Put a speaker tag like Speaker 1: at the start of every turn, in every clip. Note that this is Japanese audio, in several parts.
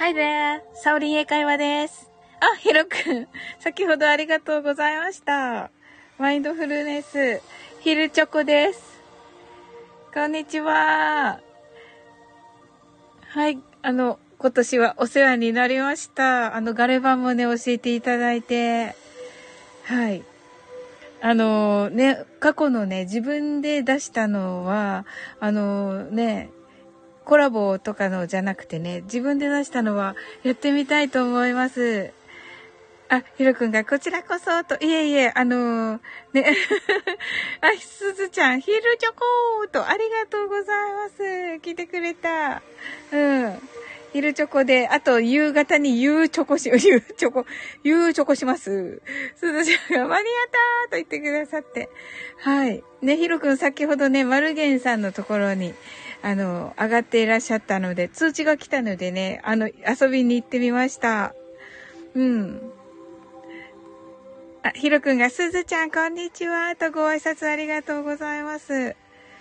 Speaker 1: Hi there! サオリン英会話です。あ、ヒロくん。先ほどありがとうございました。マインドフルネス、ヒルチョコです。こんにちは。はい。今年はお世話になりました。ガレ版もね、教えていただいて。はい。過去のね、自分で出したのは、コラボとかのじゃなくてね、自分で出したのはやってみたいと思います。あ、ひろくんがこちらこそと、いえいえ、あ、すずちゃん、ヒルチョコーと、ありがとうございます。来てくれた。うん。ヒルチョコで、あと、夕方にユーチョコします。すずちゃんが間に合ったと言ってくださって。はい。ね、ひろくん先ほどね、マルゲンさんのところに、上がっていらっしゃったので、通知が来たのでね、遊びに行ってみました。うん。あ、ひろくんが、すずちゃん、こんにちは、とご挨拶ありがとうございます。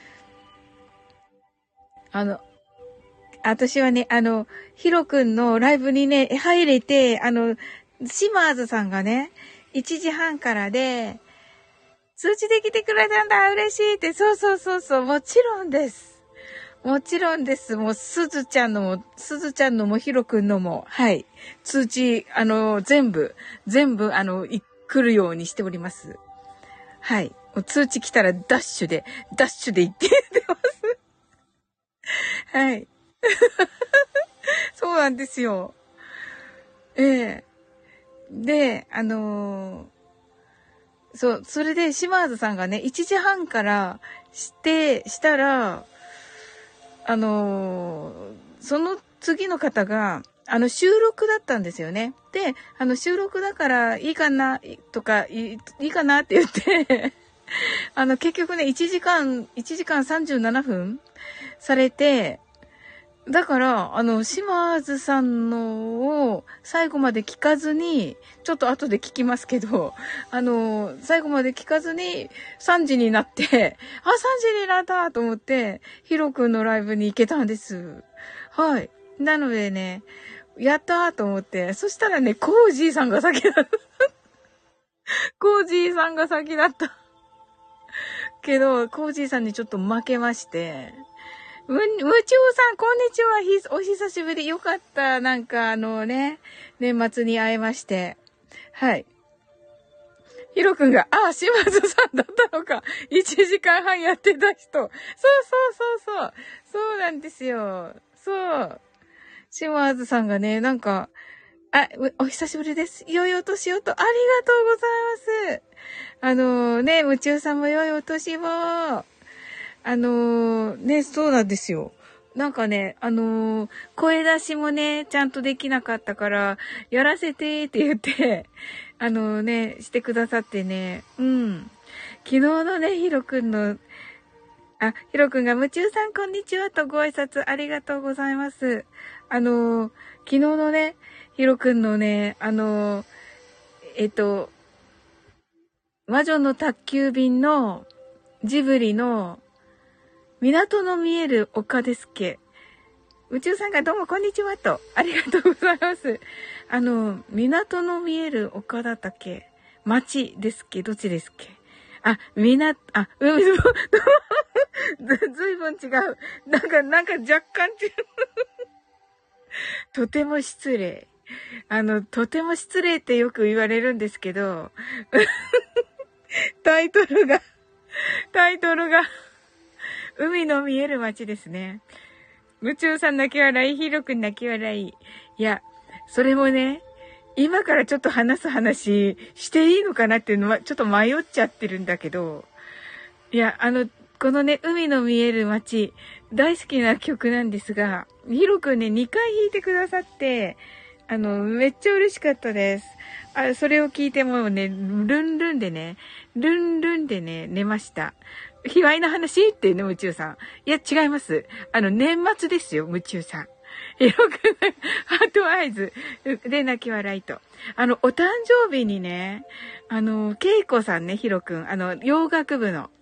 Speaker 1: 私はね、ひろくんのライブにね、入れて、シマーズさんがね、1時半からで、通知できてくれたんだ、嬉しいって、そう、もちろんです。もちろんです。もう、すずちゃんのも、ひろくんのも、はい。通知、全部、来るようにしております。はい。もう通知来たらダッシュで行ってます。はい。そうなんですよ。ええ。で、そう、それで島津さんがね、1時半からしたら、その次の方が、収録だったんですよね。で、収録だからいいかな、とか、いいかなって言って結局ね、1時間37分されて、だから、島津さんのを最後まで聞かずに、ちょっと後で聞きますけど、最後まで聞かずに3時になって、あ、3時になったと思って、ヒロくんのライブに行けたんです。はい。なのでね、やったーと思って、そしたらね、コージーさんが先だった。コージーさんが先だった。けど、コージーさんにちょっと負けまして、むちゅうさん、こんにちは。お久しぶり。よかった。なんか年末に会えまして。はい。ひろくんが、島津さんだったのか。1時間半やってた人。そう。そうなんですよ。そう。島津さんがね、なんか、お久しぶりです。良いお年をと、ありがとうございます。むちゅうさんも良いお年を。そうなんですよ。なんかね、声出しもね、ちゃんとできなかったから、やらせてって言って、してくださってね、うん。昨日のね、ひろくんが、夢中さんこんにちはとご挨拶ありがとうございます。昨日のね、ひろくんのね、魔女の宅急便のジブリの港の見える丘ですっけ。宇宙さんがどうもこんにちはと。ありがとうございます。港の見える丘だったっけ、町ですっけ、どっちですっけ。海ずいぶん違う。なんか若干違う。とても失礼。とても失礼ってよく言われるんですけど、タイトルが、海の見える街ですね。夢中さん泣き笑い、ヒロくん泣き笑い。いや、それもね、今からちょっと話す話していいのかなっていうのはちょっと迷っちゃってるんだけど、いや、このね、海の見える街、大好きな曲なんですが、ヒロくんね、2回弾いてくださって、めっちゃ嬉しかったです。それを聞いてもね、ルンルンでね、寝ました。卑猥な話ってね、夢中さん。いや、違います。年末ですよ、夢中さん。ヒロくん、ハートアイズで泣き笑いと。お誕生日にね、ケイコさんね、ヒロくん、洋楽部の、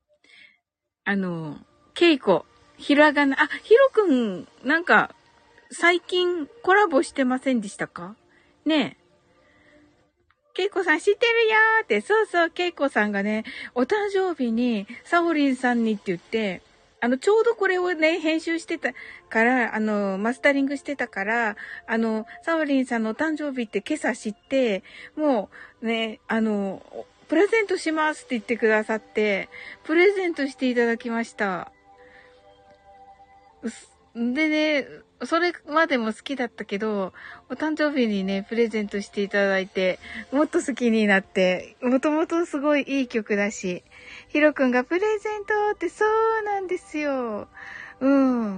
Speaker 1: ケイコ、ひらがな、ヒロくん、なんか、 最近コラボしてませんでしたかねえ。ケイコさん知ってるよーって、そうそう、ケイコさんがね、お誕生日にサオリンさんにって言って、ちょうどこれをね、編集してたから、マスタリングしてたから、サオリンさんのお誕生日って今朝知って、もうね、プレゼントしますって言ってくださって、プレゼントしていただきました。でね、それまでも好きだったけど、お誕生日にね、プレゼントしていただいて、もっと好きになって、もともとすごいいい曲だし、ヒロくんがプレゼントってそうなんですよ。うん。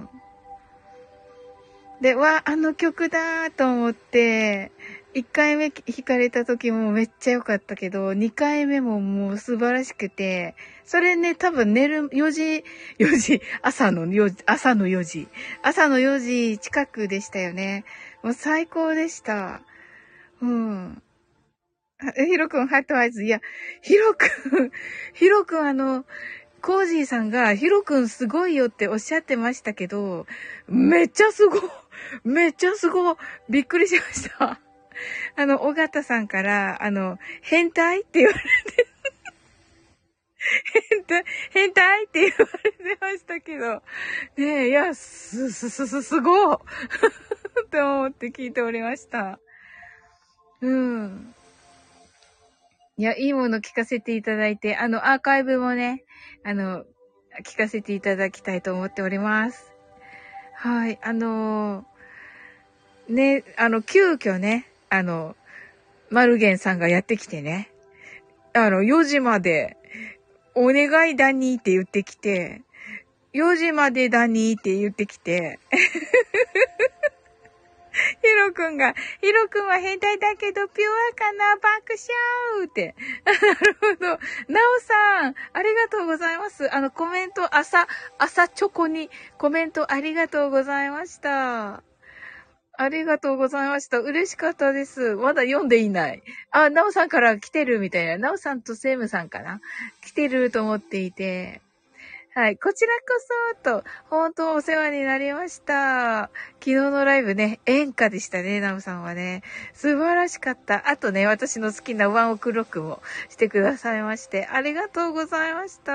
Speaker 1: で、あの曲だと思って、1回目弾かれた時もめっちゃ良かったけど、2回目ももう素晴らしくて、それね、多分寝る4時、朝の4時近くでしたよね。もう最高でした。うん。ヒロくん、ハートアイズ。いや、ヒロくんコージーさんが、ヒロくんすごいよっておっしゃってましたけど、めっちゃすごい。びっくりしました。尾形さんから、変態って言われて、変態って言われてましたけど、ねえ、いや、すごいって思って聞いておりました。うん。いや、いいもの聞かせていただいて、アーカイブもね、聞かせていただきたいと思っております。はい、ね、急遽ね、マルゲンさんがやってきてね、4時まで、お願いダニーって言ってきて、4時までダニーって言ってきて、ヒロくんは変態だけどピュアかな爆笑って。なるほど。なおさん、ありがとうございます。コメント、朝チョコにコメントありがとうございました。ありがとうございました。嬉しかったです。まだ読んでいない。あ、なおさんから来てるみたいな。なおさんとセイムさんかな来てると思っていて。はい。こちらこそ、と、本当お世話になりました。昨日のライブね、演歌でしたね、ナムさんはね。素晴らしかった。あとね、私の好きなワンオクロックもしてくださいまして、ありがとうございました。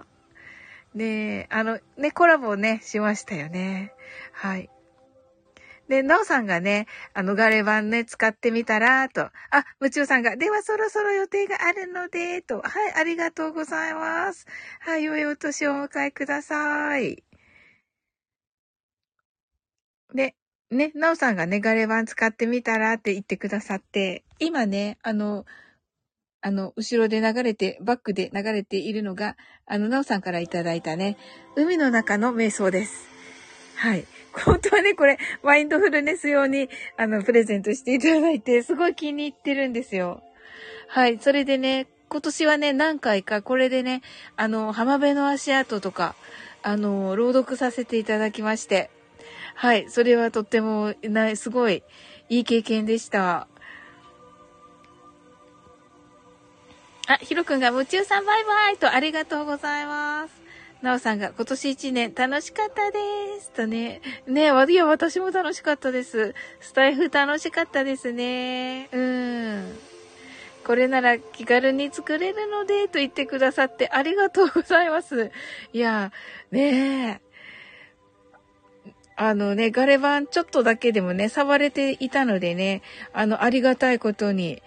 Speaker 1: ねえ、コラボね、しましたよね。はい。で、なおさんがね、ガレ版ね、使ってみたら、と。あ、むちゅうさんが、ではそろそろ予定があるので、と。はい、ありがとうございます。はい、良いお年をお迎えください。で、ね、なおさんがね、ガレ版使ってみたらって言ってくださって、今ね、後ろで流れて、バックで流れているのが、なおさんからいただいたね、海の中の瞑想です。はい。本当はね、これ、マインドフルネス用に、プレゼントしていただいて、すごい気に入ってるんですよ。はい。それでね、今年はね、何回か、これでね、浜辺の足跡とか、朗読させていただきまして、はい。それはとっても、すごい、いい経験でした。あ、ひろくんが、夢中さんバイバイとありがとうございます。なおさんが今年1年楽しかったです。とね。ねえ、いや、私も楽しかったです。スタイフ楽しかったですね。これなら気軽に作れるので、と言ってくださってありがとうございます。いや、ねえ。ガレ版ちょっとだけでもね、触れていたのでね、ありがたいことに、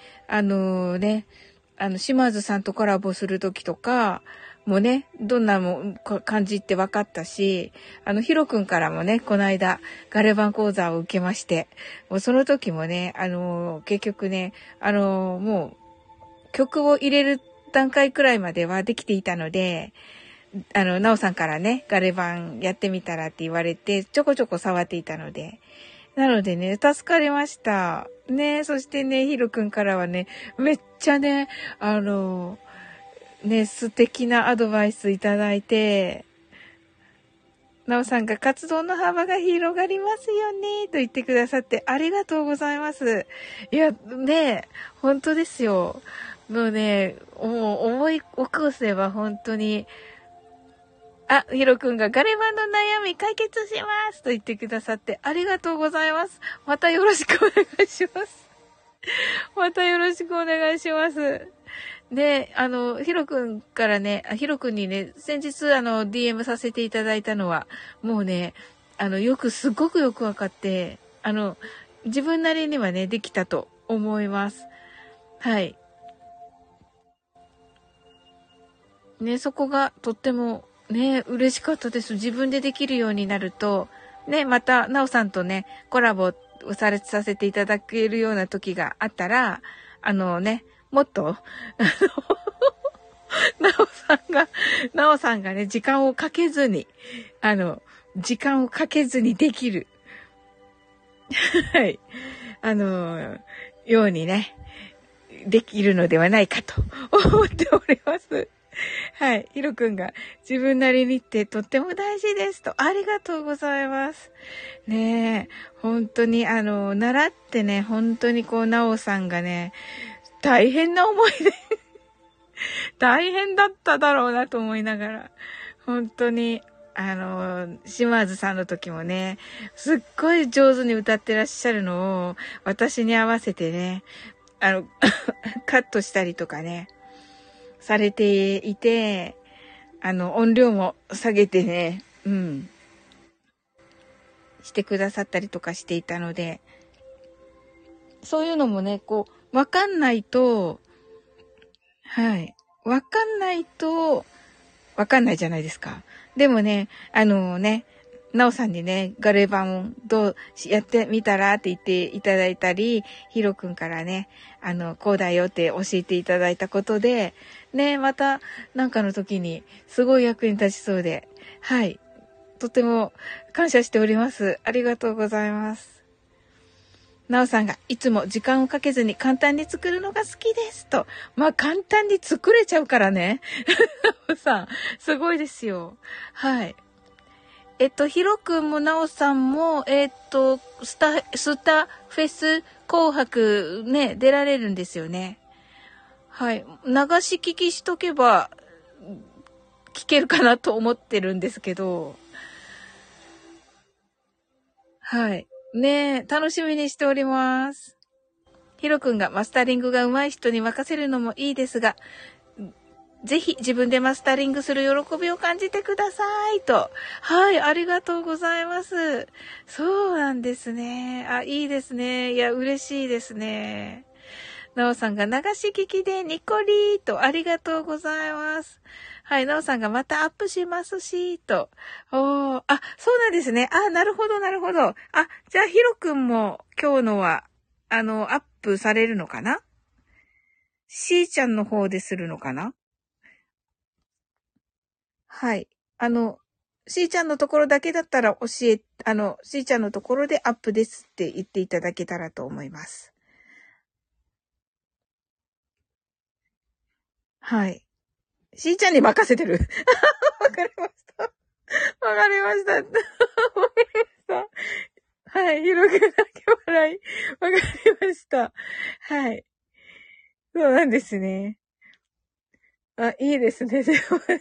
Speaker 1: 島津さんとコラボするときとか、もうね、どんな感じって分かったし、ヒロくんからもね、この間、ガレ版講座を受けまして、もうその時もね、結局ね、もう、曲を入れる段階くらいまではできていたので、なおさんからね、ガレ版やってみたらって言われて、ちょこちょこ触っていたので、なのでね、助かりました。ね、そしてね、ヒロくんからはね、めっちゃね、素敵なアドバイスいただいて、なおさんが活動の幅が広がりますよね、と言ってくださってありがとうございます。いや、ね、本当ですよ。もうね、もう思い起こせば本当に、 あ、ヒロくんがガレバの悩み解決しますと言ってくださってありがとうございます。またよろしくお願いします。またよろしくお願いします。で、ヒロくんからね、ヒロくんにね、先日DM させていただいたのは、もうね、すごくよくわかって、自分なりにはね、できたと思います。はい。ね、そこがとってもね、嬉しかったです。自分でできるようになると、ね、また、なおさんとね、コラボをさせていただけるような時があったら、もっと、なおさんがね、時間をかけずにできる、はい、ようにね、できるのではないかと思っております。はい。ひろくんが自分なりにってとっても大事ですと。ありがとうございます。ねえ。本当に習ってね、本当になおさんがね、大変な思いで大変だっただろうなと思いながら、本当に、島津さんの時もね、すっごい上手に歌ってらっしゃるのを、私に合わせてね、カットしたりとかね、されていて、音量も下げてね、してくださったりとかしていたので、そういうのもね、わかんないと、はい。わかんないと、わかんないじゃないですか。でもね、なおさんにね、ガレ版どうやってみたらって言っていただいたり、ヒロくんからね、こうだよって教えていただいたことで、ね、またなんかの時にすごい役に立ちそうで、はい。とても感謝しております。ありがとうございます。なおさんがいつも時間をかけずに簡単に作るのが好きですと。まあ簡単に作れちゃうからね。なおさん、すごいですよ。はい。ひろくんもなおさんも、スタフェス紅白ね、出られるんですよね。はい。流し聞きしとけば、聞けるかなと思ってるんですけど。はい。ねえ、楽しみにしております。ひろくんがマスタリングが上手い人に任せるのもいいですが、ぜひ自分でマスタリングする喜びを感じてくださいと。はい、ありがとうございます。そうなんですね。あ、いいですね。いや、嬉しいですね。なおさんが流し聞きでニコリーとありがとうございます。はい、なおさんがまたアップしますし、と。そうなんですね。あ、なるほど、なるほど。あ、じゃあ、ひろくんも今日のは、アップされるのかな？しーちゃんの方でするのかな？はい。しーちゃんのところだけだったらしーちゃんのところでアップですって言っていただけたらと思います。はい。しーちゃんに任せてる。わかりました。わかりました。わかりました。はい。広くだけ笑い。わかりました。はい。そうなんですね。あ、いいですね。でもね。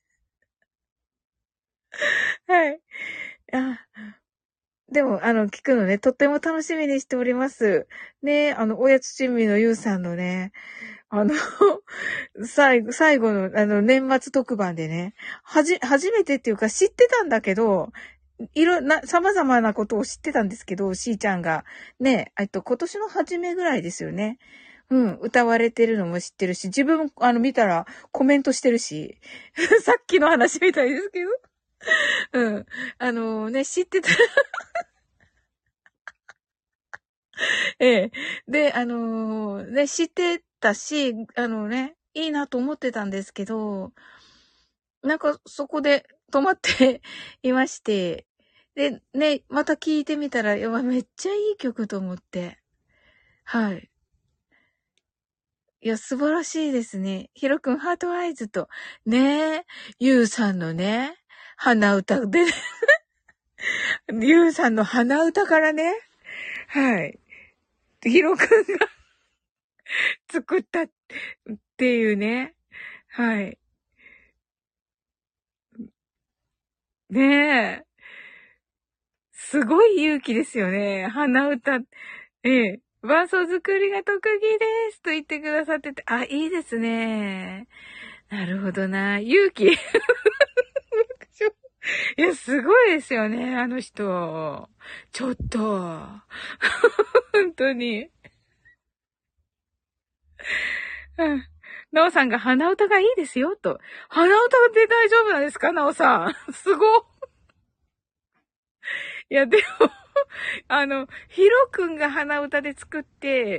Speaker 1: はい。あ、でも、聞くのね、とっても楽しみにしております。ね、おやつ珍味のゆうさんのね、あの、最後の、年末特番でね、初めてっていうか知ってたんだけど、様々なことを知ってたんですけど、しーちゃんが、ね、今年の初めぐらいですよね。うん、歌われてるのも知ってるし、自分も、見たらコメントしてるし、さっきの話みたいですけど、うん。知ってた。ええ。で、知ってたし、いいなと思ってたんですけど、なんかそこで止まっていまして、で、ね、また聞いてみたら、めっちゃいい曲と思って。はい。いや、素晴らしいですね。ヒロ君、ハートアイズと、ねえ、ゆうさんのね、鼻歌で、ゆうさんの鼻歌からね、はい。ヒロ君が作ったっていうね。はい。 ねえ。すごい勇気ですよね。鼻歌。ええ。伴奏作りが特技ですと言ってくださってて、あ、いいですね。なるほどな。勇気。いや、すごいですよね、あの人。ちょっと。本当に。うん。なおさんが鼻歌がいいですよ、と。鼻歌で大丈夫なんですか、なおさん。すご。いや、でも、ヒロくんが鼻歌で作って、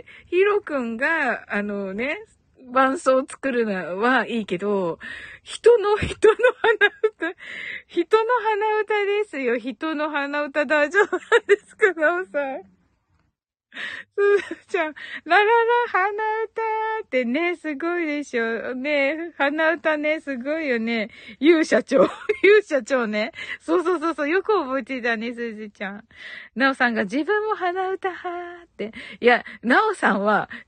Speaker 1: ヒロくんが、伴奏を作るのはいいけど、人の鼻歌、人の鼻歌ですよ。人の鼻歌大丈夫なんですか、なおさん。すずちゃん、ラララ鼻歌ってね、すごいでしょ。ね、鼻歌ね、すごいよね。ゆう社長。ゆう社長ね。そうそうそうそう、よく覚えてたね、すずちゃん。なおさんが自分も鼻歌はーって。いや、なおさんは